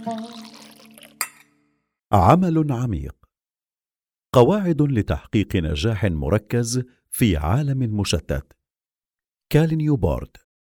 عمل عميق. قواعد لتحقيق نجاح مركز في عالم مشتت. كال نيوبورت.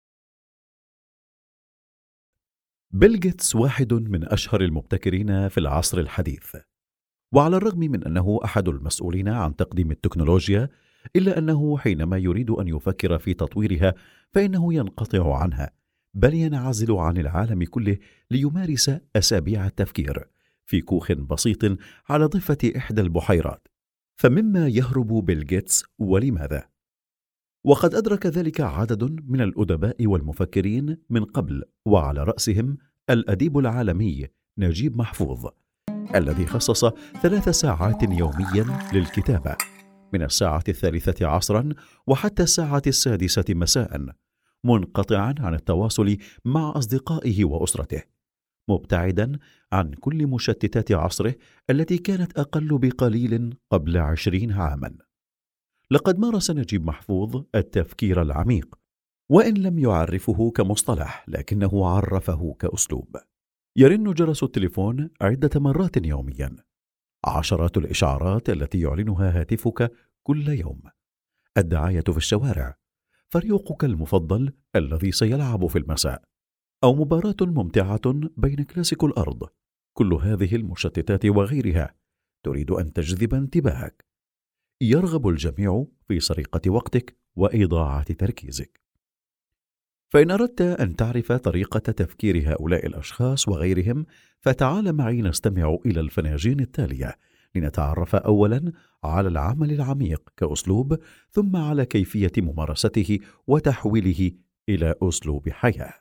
بيل غيتس واحد من أشهر المبتكرين في العصر الحديث، وعلى الرغم من أنه أحد المسؤولين عن تقديم التكنولوجيا، إلا أنه حينما يريد أن يفكر في تطويرها فإنه ينقطع عنها، بل ينعزل عن العالم كله ليمارس أسابيع التفكير في كوخ بسيط على ضفة إحدى البحيرات. فمما يهرب بيل غيتس ولماذا؟ وقد أدرك ذلك عدد من الأدباء والمفكرين من قبل، وعلى رأسهم الأديب العالمي نجيب محفوظ، الذي خصص 3 ساعات يوميا للكتابة، من الساعة 3 عصرا وحتى الساعة 6 مساء، منقطعا عن التواصل مع أصدقائه وأسرته، مبتعدا عن كل مشتتات عصره التي كانت أقل بقليل قبل 20 عاما. لقد مارس نجيب محفوظ التفكير العميق، وإن لم يعرفه كمصطلح لكنه عرفه كأسلوب. يرن جرس التليفون عدة مرات يوميا، عشرات الإشعارات التي يعلنها هاتفك كل يوم، الدعاية في الشوارع، فريقك المفضل الذي سيلعب في المساء، أو مباراة ممتعة بين كلاسيكو الأرض. كل هذه المشتتات وغيرها تريد أن تجذب انتباهك. يرغب الجميع في سرقة وقتك وإضاعة تركيزك. فإن أردت أن تعرف طريقة تفكير هؤلاء الأشخاص وغيرهم، فتعال معي نستمع إلى الفناجين التالية لنتعرف أولا على العمل العميق كأسلوب، ثم على كيفية ممارسته وتحويله إلى أسلوب حياة.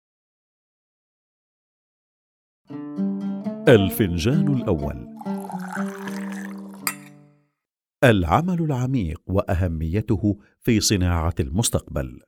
الفنجان الأول: العمل العميق وأهميته في صناعة المستقبل.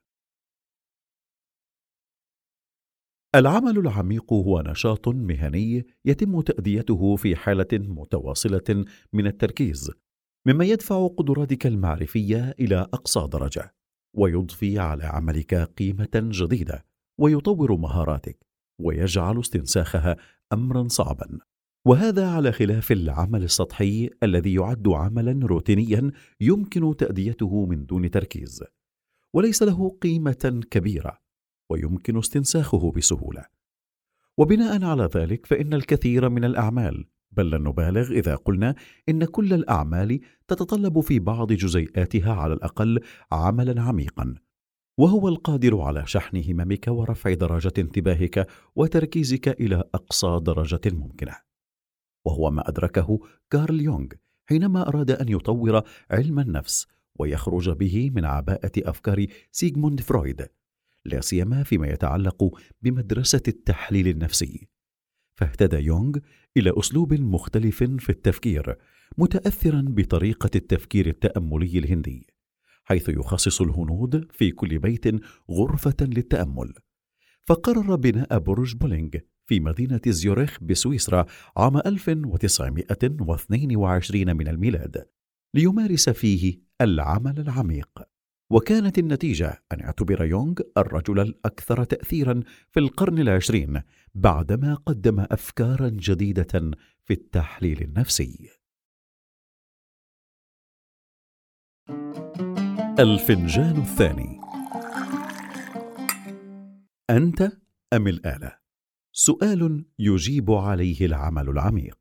العمل العميق هو نشاط مهني يتم تأديته في حالة متواصلة من التركيز، مما يدفع قدراتك المعرفية إلى أقصى درجة، ويضفي على عملك قيمة جديدة، ويطور مهاراتك، ويجعل استنساخها أمرا صعبا. وهذا على خلاف العمل السطحي الذي يعد عملا روتينيا يمكن تأديته من دون تركيز، وليس له قيمة كبيرة، ويمكن استنساخه بسهولة. وبناء على ذلك فإن الكثير من الأعمال، بل لن نبالغ إذا قلنا إن كل الأعمال تتطلب في بعض جزيئاتها على الأقل عملا عميقا، وهو القادر على شحن هممك ورفع درجة انتباهك وتركيزك إلى أقصى درجة ممكنة. وهو ما أدركه كارل يونغ حينما أراد أن يطور علم النفس ويخرج به من عباءة أفكار سيغموند فرويد، لا سيما فيما يتعلق بمدرسة التحليل النفسي. فاهتدى يونغ إلى أسلوب مختلف في التفكير، متأثرا بطريقة التفكير التأملي الهندي، حيث يخصص الهنود في كل بيت غرفة للتأمل. فقرر بناء برج بولينغ في مدينة زيورخ بسويسرا عام 1922 من الميلاد، ليمارس فيه العمل العميق. وكانت النتيجة أن يعتبر يونغ الرجل الأكثر تأثيرا في القرن العشرين، بعدما قدم أفكارا جديدة في التحليل النفسي. الفنجان الثاني: أنت أم الآلة؟ سؤال يجيب عليه العمل العميق.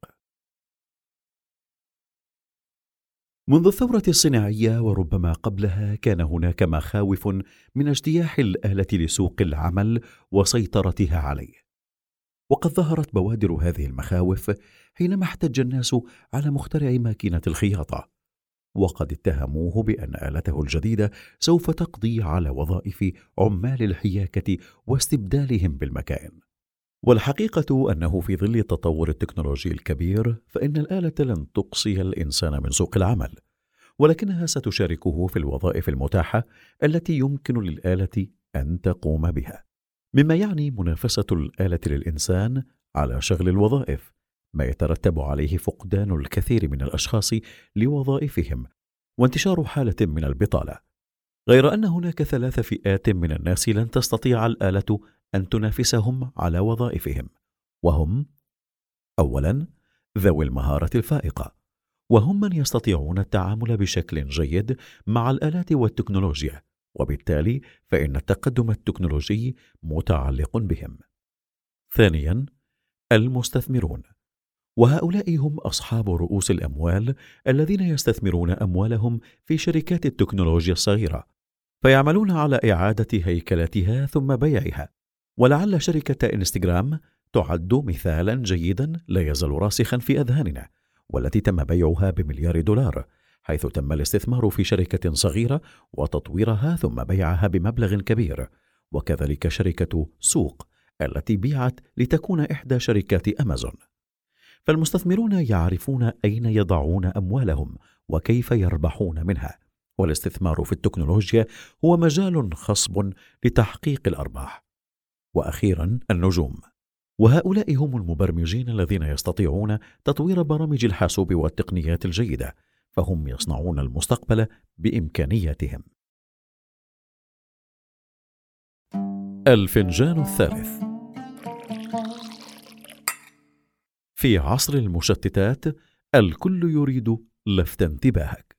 منذ الثورة الصناعية وربما قبلها كان هناك مخاوف من اجتياح الآلة لسوق العمل وسيطرتها عليه. وقد ظهرت بوادر هذه المخاوف حينما احتج الناس على مخترع ماكينة الخياطة، وقد اتهموه بأن آلته الجديدة سوف تقضي على وظائف عمال الحياكة واستبدالهم بالمكائن. والحقيقة أنه في ظل التطور التكنولوجي الكبير فإن الآلة لن تقصي الإنسان من سوق العمل، ولكنها ستشاركه في الوظائف المتاحة التي يمكن للآلة أن تقوم بها، مما يعني منافسة الآلة للإنسان على شغل الوظائف، ما يترتب عليه فقدان الكثير من الأشخاص لوظائفهم وانتشار حالة من البطالة. غير أن هناك 3 فئات من الناس لن تستطيع الآلة أن تنافسهم على وظائفهم، وهم أولاً، ذوي المهارة الفائقة، وهم من يستطيعون التعامل بشكل جيد مع الآلات والتكنولوجيا، وبالتالي فإن التقدم التكنولوجي متعلق بهم. ثانياً، المستثمرون، وهؤلاء هم أصحاب رؤوس الأموال الذين يستثمرون أموالهم في شركات التكنولوجيا الصغيرة، فيعملون على إعادة هيكلتها ثم بيعها. ولعل شركة إنستغرام تعد مثالا جيدا لا يزال راسخا في أذهاننا، والتي تم بيعها بمليار دولار، حيث تم الاستثمار في شركة صغيرة وتطويرها ثم بيعها بمبلغ كبير. وكذلك شركة سوق التي بيعت لتكون إحدى شركات أمازون. فالمستثمرون يعرفون أين يضعون أموالهم وكيف يربحون منها، والاستثمار في التكنولوجيا هو مجال خصب لتحقيق الأرباح. وأخيرا، النجوم، وهؤلاء هم المبرمجين الذين يستطيعون تطوير برامج الحاسوب والتقنيات الجيدة، فهم يصنعون المستقبل بإمكانياتهم. الفنجان الثالث. في عصر المشتتات الكل يريد لفت انتباهك.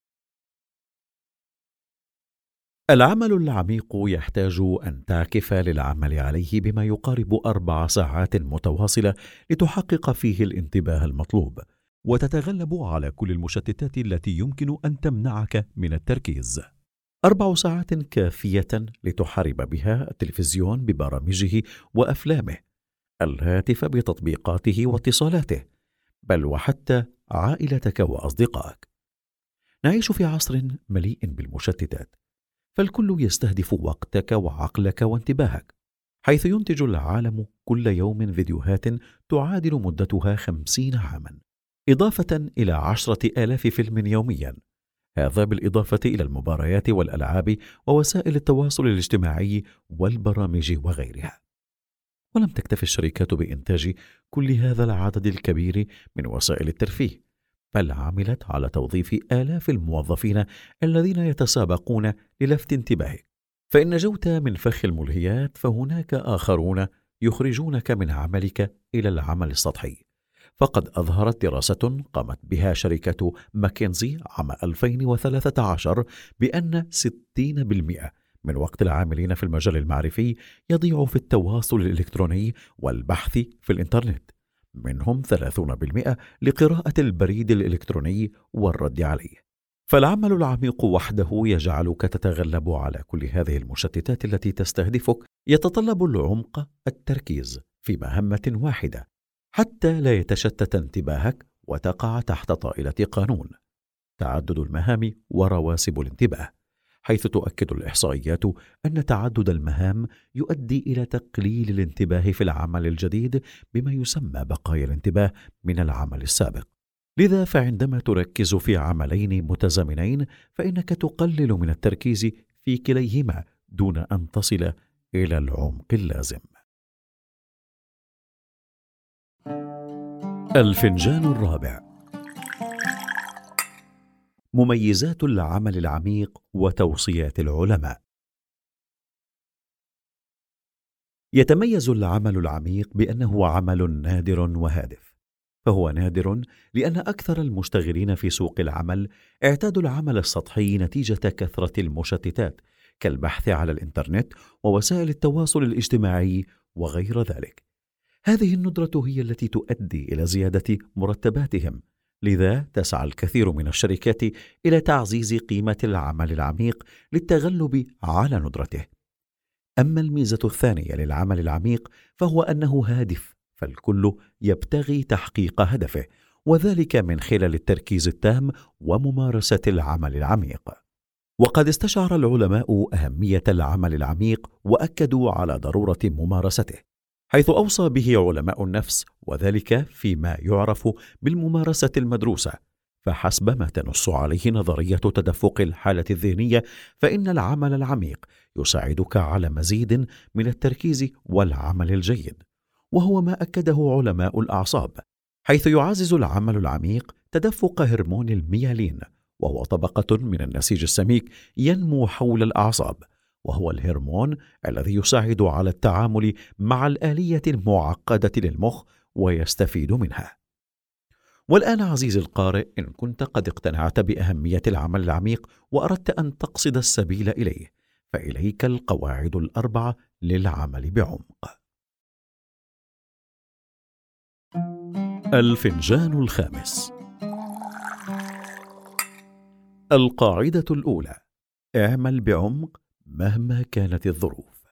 العمل العميق يحتاج أن تعكف للعمل عليه بما يقارب 4 ساعات متواصلة لتحقق فيه الانتباه المطلوب، وتتغلب على كل المشتتات التي يمكن أن تمنعك من التركيز. 4 ساعات كافية لتحارب بها التلفزيون ببرامجه وأفلامه، الهاتف بتطبيقاته واتصالاته، بل وحتى عائلتك وأصدقائك. نعيش في عصر مليء بالمشتتات، فالكل يستهدف وقتك وعقلك وانتباهك، حيث ينتج العالم كل يوم فيديوهات تعادل مدتها 50 عاما، إضافة إلى 10,000 فيلم يوميا. هذا بالإضافة إلى المباريات والألعاب ووسائل التواصل الاجتماعي والبرامج وغيرها. ولم تكتف الشركات بإنتاج كل هذا العدد الكبير من وسائل الترفيه، بل عملت على توظيف آلاف الموظفين الذين يتسابقون للفت انتباهك. فإن نجوت من فخ الملهيات فهناك آخرون يخرجونك من عملك إلى العمل السطحي. فقد أظهرت دراسة قامت بها شركة ماكنزي عام 2013 بأن 60% من وقت العاملين في المجال المعرفي يضيع في التواصل الإلكتروني والبحث في الإنترنت، منهم 30% لقراءة البريد الإلكتروني والرد عليه. فالعمل العميق وحده يجعلك تتغلب على كل هذه المشتتات التي تستهدفك. يتطلب العمق التركيز في مهمة واحدة حتى لا يتشتت انتباهك وتقع تحت طائلة قانون تعدد المهام ورواسب الانتباه، حيث تؤكد الإحصائيات أن تعدد المهام يؤدي إلى تقليل الانتباه في العمل الجديد بما يسمى بقايا الانتباه من العمل السابق. لذا فعندما تركز في عملين متزامنين فإنك تقلل من التركيز في كليهما دون أن تصل إلى العمق اللازم. الفنجان الرابع. مميزات العمل العميق وتوصيات العلماء. يتميز العمل العميق بأنه عمل نادر وهادف. فهو نادر لأن أكثر المشتغلين في سوق العمل اعتادوا العمل السطحي نتيجة كثرة المشتتات كالبحث على الإنترنت ووسائل التواصل الاجتماعي وغير ذلك. هذه الندرة هي التي تؤدي إلى زيادة مرتباتهم، لذا تسعى الكثير من الشركات إلى تعزيز قيمة العمل العميق للتغلب على ندرته. أما الميزة الثانية للعمل العميق فهو أنه هادف، فالكل يبتغي تحقيق هدفه، وذلك من خلال التركيز التام وممارسة العمل العميق. وقد استشعر العلماء أهمية العمل العميق وأكدوا على ضرورة ممارسته، حيث أوصى به علماء النفس، وذلك فيما يعرف بالممارسة المدروسة. فحسب ما تنص عليه نظرية تدفق الحالة الذهنية فإن العمل العميق يساعدك على مزيد من التركيز والعمل الجيد، وهو ما أكده علماء الأعصاب، حيث يعزز العمل العميق تدفق هرمون الميالين، وهو طبقة من النسيج السميك ينمو حول الأعصاب، وهو الهرمون الذي يساعد على التعامل مع الآلية المعقدة للمخ ويستفيد منها. والآن عزيزي القارئ، إن كنت قد اقتنعت بأهمية العمل العميق وأردت أن تقصد السبيل إليه، فإليك القواعد الأربعة للعمل بعمق. الفنجان الخامس. القاعدة الأولى: اعمل بعمق مهما كانت الظروف.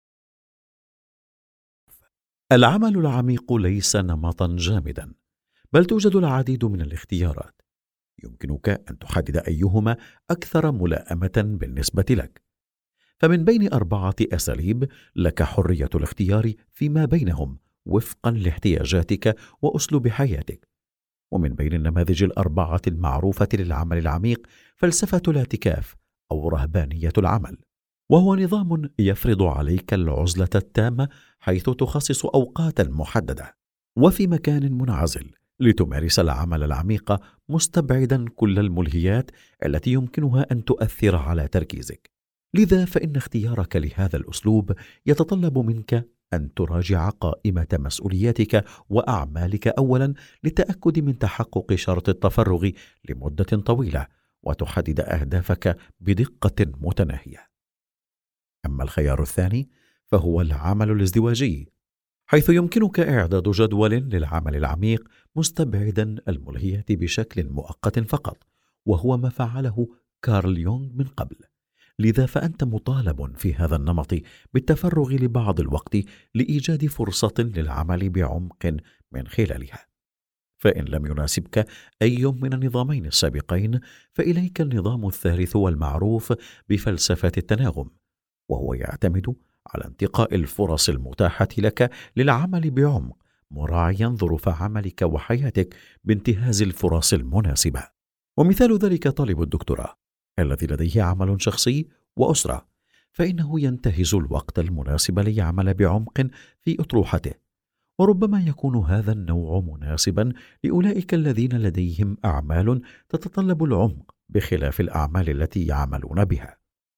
العمل العميق ليس نمطا جامدا، بل توجد العديد من الاختيارات. يمكنك أن تحدد أيهما أكثر ملائمة بالنسبة لك. فمن بين 4 أساليب لك حرية الاختيار فيما بينهم وفقا لاحتياجاتك وأسلوب حياتك. ومن بين النماذج 4 المعروفة للعمل العميق فلسفة الاعتكاف أو رهبانية العمل، وهو نظام يفرض عليك العزلة التامة، حيث تخصص أوقاتا محددة وفي مكان منعزل لتمارس العمل العميق، مستبعدا كل الملهيات التي يمكنها أن تؤثر على تركيزك. لذا فإن اختيارك لهذا الأسلوب يتطلب منك أن تراجع قائمة مسؤولياتك وأعمالك أولا للتأكد من تحقق شرط التفرغ لمدة طويلة، وتحدد أهدافك بدقة متناهية. أما الخيار الثاني فهو العمل الازدواجي، حيث يمكنك إعداد جدول للعمل العميق مستبعدا الملهيات بشكل مؤقت فقط، وهو ما فعله كارل يونغ من قبل. لذا فأنت مطالب في هذا النمط بالتفرغ لبعض الوقت لإيجاد فرصة للعمل بعمق من خلالها. فإن لم يناسبك أي من النظامين السابقين، فإليك النظام الثالث والمعروف بفلسفة التناغم، وهو يعتمد على انتقاء الفرص المتاحة لك للعمل بعمق، مراعيا ظروف عملك وحياتك بانتهاز الفرص المناسبة. ومثال ذلك طالب الدكتوراه الذي لديه عمل شخصي وأسرة، فإنه ينتهز الوقت المناسب ليعمل بعمق في أطروحته. وربما يكون هذا النوع مناسبا لأولئك الذين لديهم أعمال تتطلب العمق بخلاف الأعمال التي يعملون بها.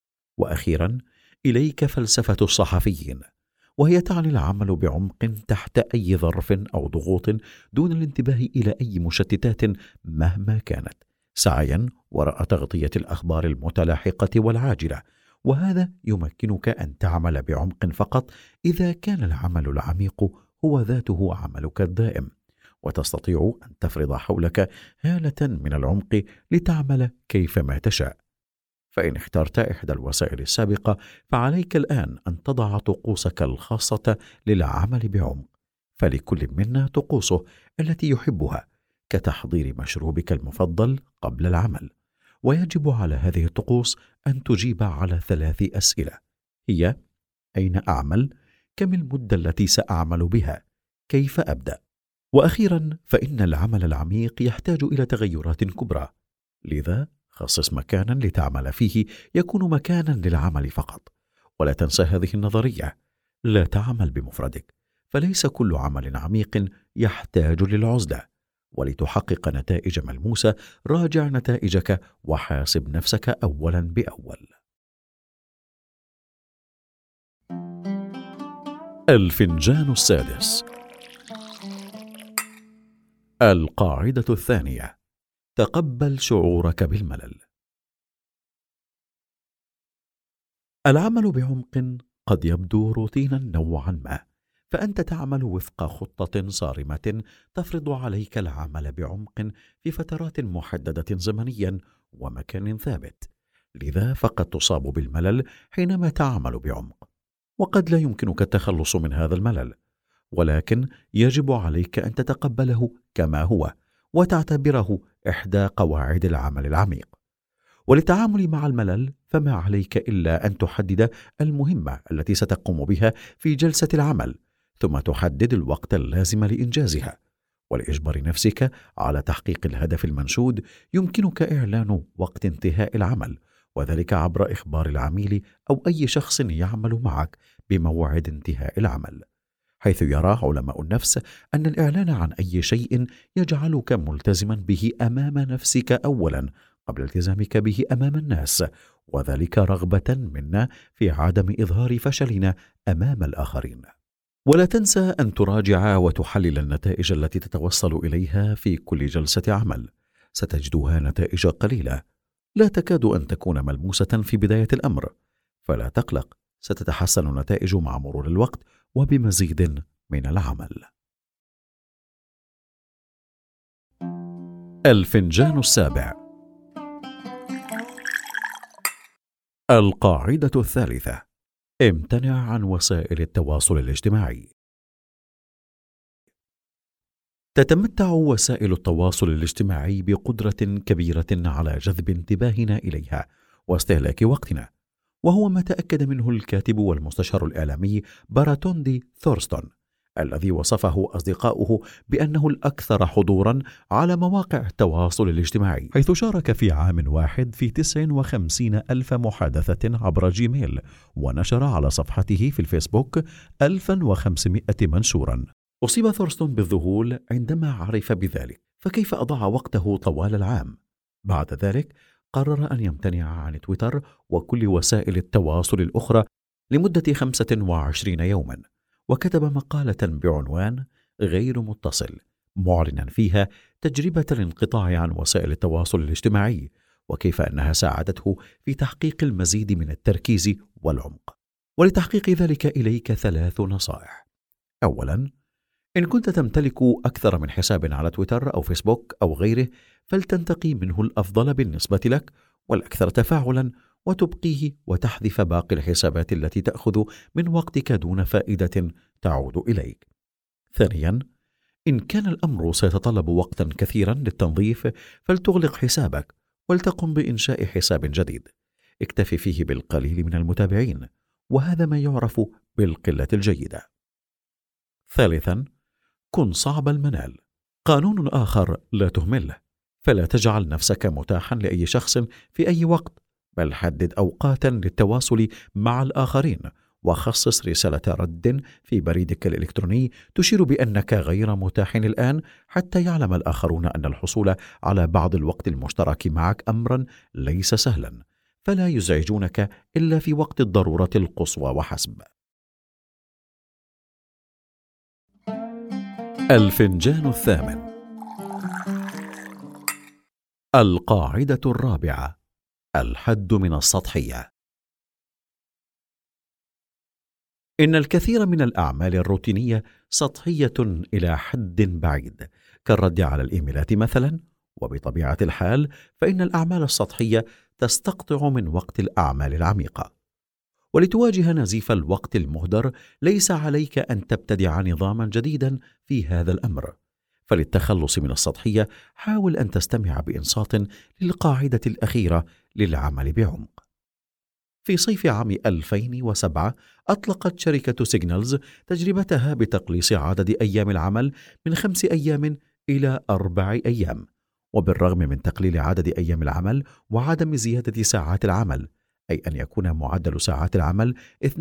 وأخيرا، إليك فلسفة الصحفيين، وهي تعني العمل بعمق تحت أي ظرف أو ضغوط دون الانتباه إلى أي مشتتات مهما كانت، سعيا وراء تغطية الأخبار المتلاحقة والعاجلة. وهذا يمكنك أن تعمل بعمق فقط إذا كان العمل العميق هو ذاته عملك الدائم، وتستطيع أن تفرض حولك هالة من العمق لتعمل كيفما تشاء. فإن اخترت إحدى الوسائل السابقة، فعليك الآن أن تضع طقوسك الخاصة للعمل بعمق، فلكل منا طقوسه التي يحبها، كتحضير مشروبك المفضل قبل العمل. ويجب على هذه الطقوس أن تجيب على 3 أسئلة، هي: أين أعمل؟ كم المدة التي سأعمل بها؟ كيف أبدأ؟ وأخيرا، فإن العمل العميق يحتاج إلى تغيرات كبرى، لذا خصص مكانا لتعمل فيه يكون مكانا للعمل فقط. ولا تنسى هذه النظرية: لا تعمل بمفردك، فليس كل عمل عميق يحتاج للعزلة. ولتحقق نتائج ملموسة، راجع نتائجك وحاسب نفسك أولا بأول. الفنجان السادس. القاعدة الثانية: تقبل شعورك بالملل. العمل بعمق قد يبدو روتينا نوعا ما، فأنت تعمل وفق خطة صارمة تفرض عليك العمل بعمق في فترات محددة زمنيا ومكان ثابت. لذا فقد تصاب بالملل حينما تعمل بعمق، وقد لا يمكنك التخلص من هذا الملل، ولكن يجب عليك أن تتقبله كما هو وتعتبره إحدى قواعد العمل العميق. وللتعامل مع الملل فما عليك إلا أن تحدد المهمة التي ستقوم بها في جلسة العمل، ثم تحدد الوقت اللازم لإنجازها. ولإجبار نفسك على تحقيق الهدف المنشود، يمكنك إعلان وقت انتهاء العمل، وذلك عبر إخبار العميل أو أي شخص يعمل معك بموعد انتهاء العمل، حيث يرى علماء النفس أن الإعلان عن أي شيء يجعلك ملتزما به أمام نفسك أولا قبل التزامك به أمام الناس، وذلك رغبة منا في عدم إظهار فشلنا أمام الآخرين. ولا تنسى أن تراجع وتحلل النتائج التي تتوصل إليها في كل جلسة عمل. ستجدها نتائج قليلة، لا تكاد أن تكون ملموسة في بداية الأمر، فلا تقلق، ستتحسن النتائج مع مرور الوقت وبمزيد من العمل. الفنجان السابع. القاعدة الثالثة: امتنع عن وسائل التواصل الاجتماعي. تتمتع وسائل التواصل الاجتماعي بقدرة كبيرة على جذب انتباهنا إليها واستهلاك وقتنا، وهو ما تأكد منه الكاتب والمستشار الإعلامي باراتوندي ثورستون، الذي وصفه أصدقاؤه بأنه الأكثر حضوراً على مواقع التواصل الاجتماعي، حيث شارك في عام واحد في 59 ألف محادثة عبر جيميل، ونشر على صفحته في الفيسبوك 1500 منشوراً. أصيب ثورستون بالذهول عندما عرف بذلك، فكيف أضاع وقته طوال العام؟ بعد ذلك قرر أن يمتنع عن تويتر وكل وسائل التواصل الأخرى لمدة 25 يوما، وكتب مقالة بعنوان غير متصل، معلنا فيها تجربة الانقطاع عن وسائل التواصل الاجتماعي وكيف أنها ساعدته في تحقيق المزيد من التركيز والعمق. ولتحقيق ذلك إليك 3 نصائح. أولا، إن كنت تمتلك أكثر من حساب على تويتر أو فيسبوك أو غيره، فلتنتقي منه الأفضل بالنسبة لك والأكثر تفاعلا، وتبقيه وتحذف باقي الحسابات التي تأخذ من وقتك دون فائدة تعود إليك. ثانيا، إن كان الأمر سيتطلب وقتا كثيرا للتنظيف، فلتغلق حسابك ولتقم بإنشاء حساب جديد اكتفي فيه بالقليل من المتابعين، وهذا ما يعرف بالقلة الجيدة. ثالثا، كن صعب المنال. قانون آخر لا تهمله، فلا تجعل نفسك متاحا لأي شخص في أي وقت، بل حدد أوقاتا للتواصل مع الآخرين، وخصص رسالة رد في بريدك الإلكتروني تشير بأنك غير متاح الآن، حتى يعلم الآخرون أن الحصول على بعض الوقت المشترك معك أمرا ليس سهلا، فلا يزعجونك إلا في وقت الضرورة القصوى وحسب. الفنجان الثامن. القاعدة الرابعة: الحد من السطحية. إن الكثير من الأعمال الروتينية سطحية إلى حد بعيد، كالرد على الإيميلات مثلا، وبطبيعة الحال فإن الأعمال السطحية تستقطع من وقت الأعمال العميقة. ولتواجه نزيف الوقت المهدر، ليس عليك أن تبتدع نظاما جديدا في هذا الأمر، فللتخلص من السطحية حاول أن تستمع بإنصات للقاعدة الأخيرة للعمل بعمق. في صيف عام 2007 أطلقت شركة سيجنالز تجربتها بتقليص عدد أيام العمل من 5 أيام إلى 4 أيام، وبالرغم من تقليل عدد أيام العمل وعدم زيادة ساعات العمل، أي أن يكون معدل ساعات العمل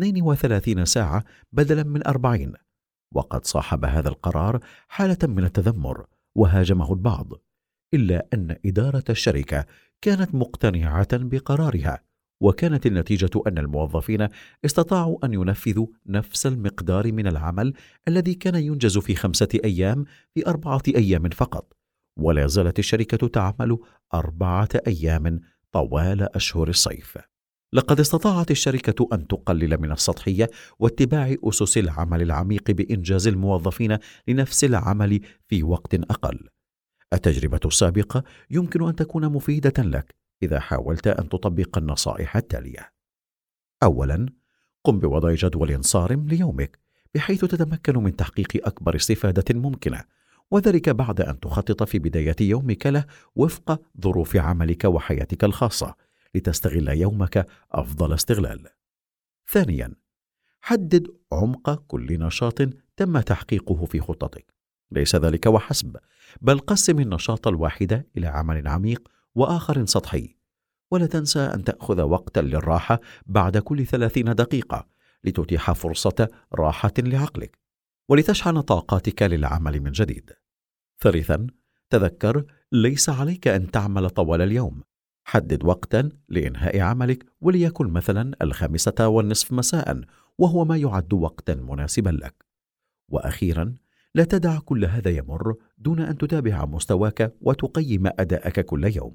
32 ساعة بدلا من 40. وقد صاحب هذا القرار حالة من التذمر وهاجمه البعض، إلا أن إدارة الشركة كانت مقتنعة بقرارها، وكانت النتيجة أن الموظفين استطاعوا أن ينفذوا نفس المقدار من العمل الذي كان ينجز في 5 أيام في 4 أيام فقط، ولا زالت الشركة تعمل 4 أيام طوال أشهر الصيف. لقد استطاعت الشركة أن تقلل من السطحية واتباع أسس العمل العميق بإنجاز الموظفين لنفس العمل في وقت أقل. التجربة السابقة يمكن أن تكون مفيدة لك إذا حاولت أن تطبق النصائح التالية. أولا، قم بوضع جدول صارم ليومك بحيث تتمكن من تحقيق أكبر استفادة ممكنة، وذلك بعد أن تخطط في بداية يومك له وفق ظروف عملك وحياتك الخاصة لتستغل يومك أفضل استغلال. ثانيا، حدد عمق كل نشاط تم تحقيقه في خطتك، ليس ذلك وحسب، بل قسم النشاط الواحد إلى عمل عميق وآخر سطحي، ولا تنسى أن تأخذ وقتا للراحة بعد كل 30 دقيقة لتتيح فرصة راحة لعقلك ولتشحن طاقاتك للعمل من جديد. ثالثا، تذكر ليس عليك أن تعمل طوال اليوم، حدد وقتا لإنهاء عملك، وليكن مثلا 5:30 مساء، وهو ما يعد وقتا مناسبا لك. وأخيرا، لا تدع كل هذا يمر دون أن تتابع مستواك وتقيم أداءك كل يوم.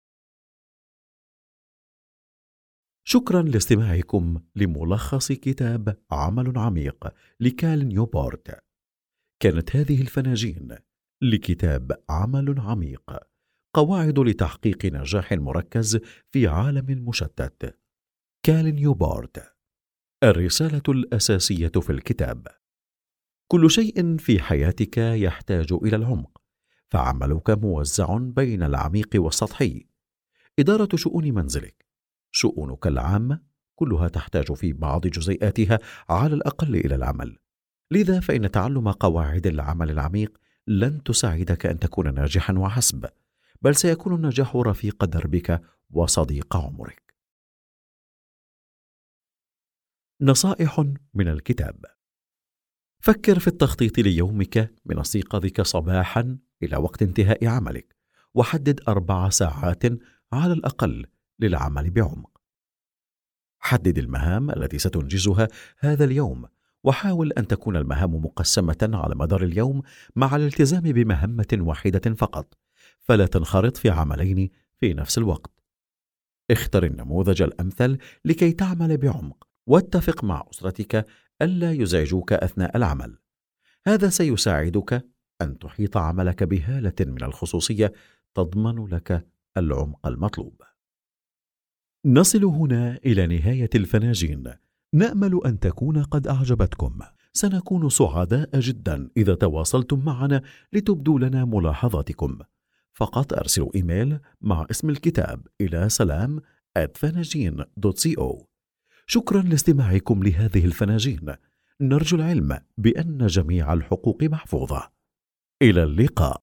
شكرا لاستماعكم لملخص كتاب عمل عميق لكال نيوبورت. كانت هذه الفناجين لكتاب عمل عميق، قواعد لتحقيق نجاح مركز في عالم مشتت. كال نيوبورت. الرسالة الأساسية في الكتاب: كل شيء في حياتك يحتاج إلى العمق، فعملك موزع بين العميق والسطحي. إدارة شؤون منزلك، شؤونك العامة كلها تحتاج في بعض جزيئاتها على الأقل إلى العمل. لذا فإن تعلم قواعد العمل العميق لن تساعدك أن تكون ناجحا وحسب، بل سيكون النجاح رفيق دربك وصديق عمرك. نصائح من الكتاب: فكر في التخطيط ليومك من استيقاظك صباحا إلى وقت انتهاء عملك، وحدد 4 ساعات على الأقل للعمل بعمق. حدد المهام التي ستنجزها هذا اليوم، وحاول أن تكون المهام مقسمة على مدار اليوم مع الالتزام بمهمة واحدة فقط، فلا تنخرط في عملين في نفس الوقت. اختر النموذج الأمثل لكي تعمل بعمق، واتفق مع أسرتك ألا يزعجوك أثناء العمل. هذا سيساعدك أن تحيط عملك بهالة من الخصوصية تضمن لك العمق المطلوب. نصل هنا إلى نهاية الفناجين. نأمل أن تكون قد أعجبتكم. سنكون سعداء جدا إذا تواصلتم معنا لتبدوا لنا ملاحظاتكم. فقط أرسلوا إيميل مع اسم الكتاب إلى salam@fanajin.co. شكرا لاستماعكم لهذه الفناجين. نرجو العلم بأن جميع الحقوق محفوظة. إلى اللقاء.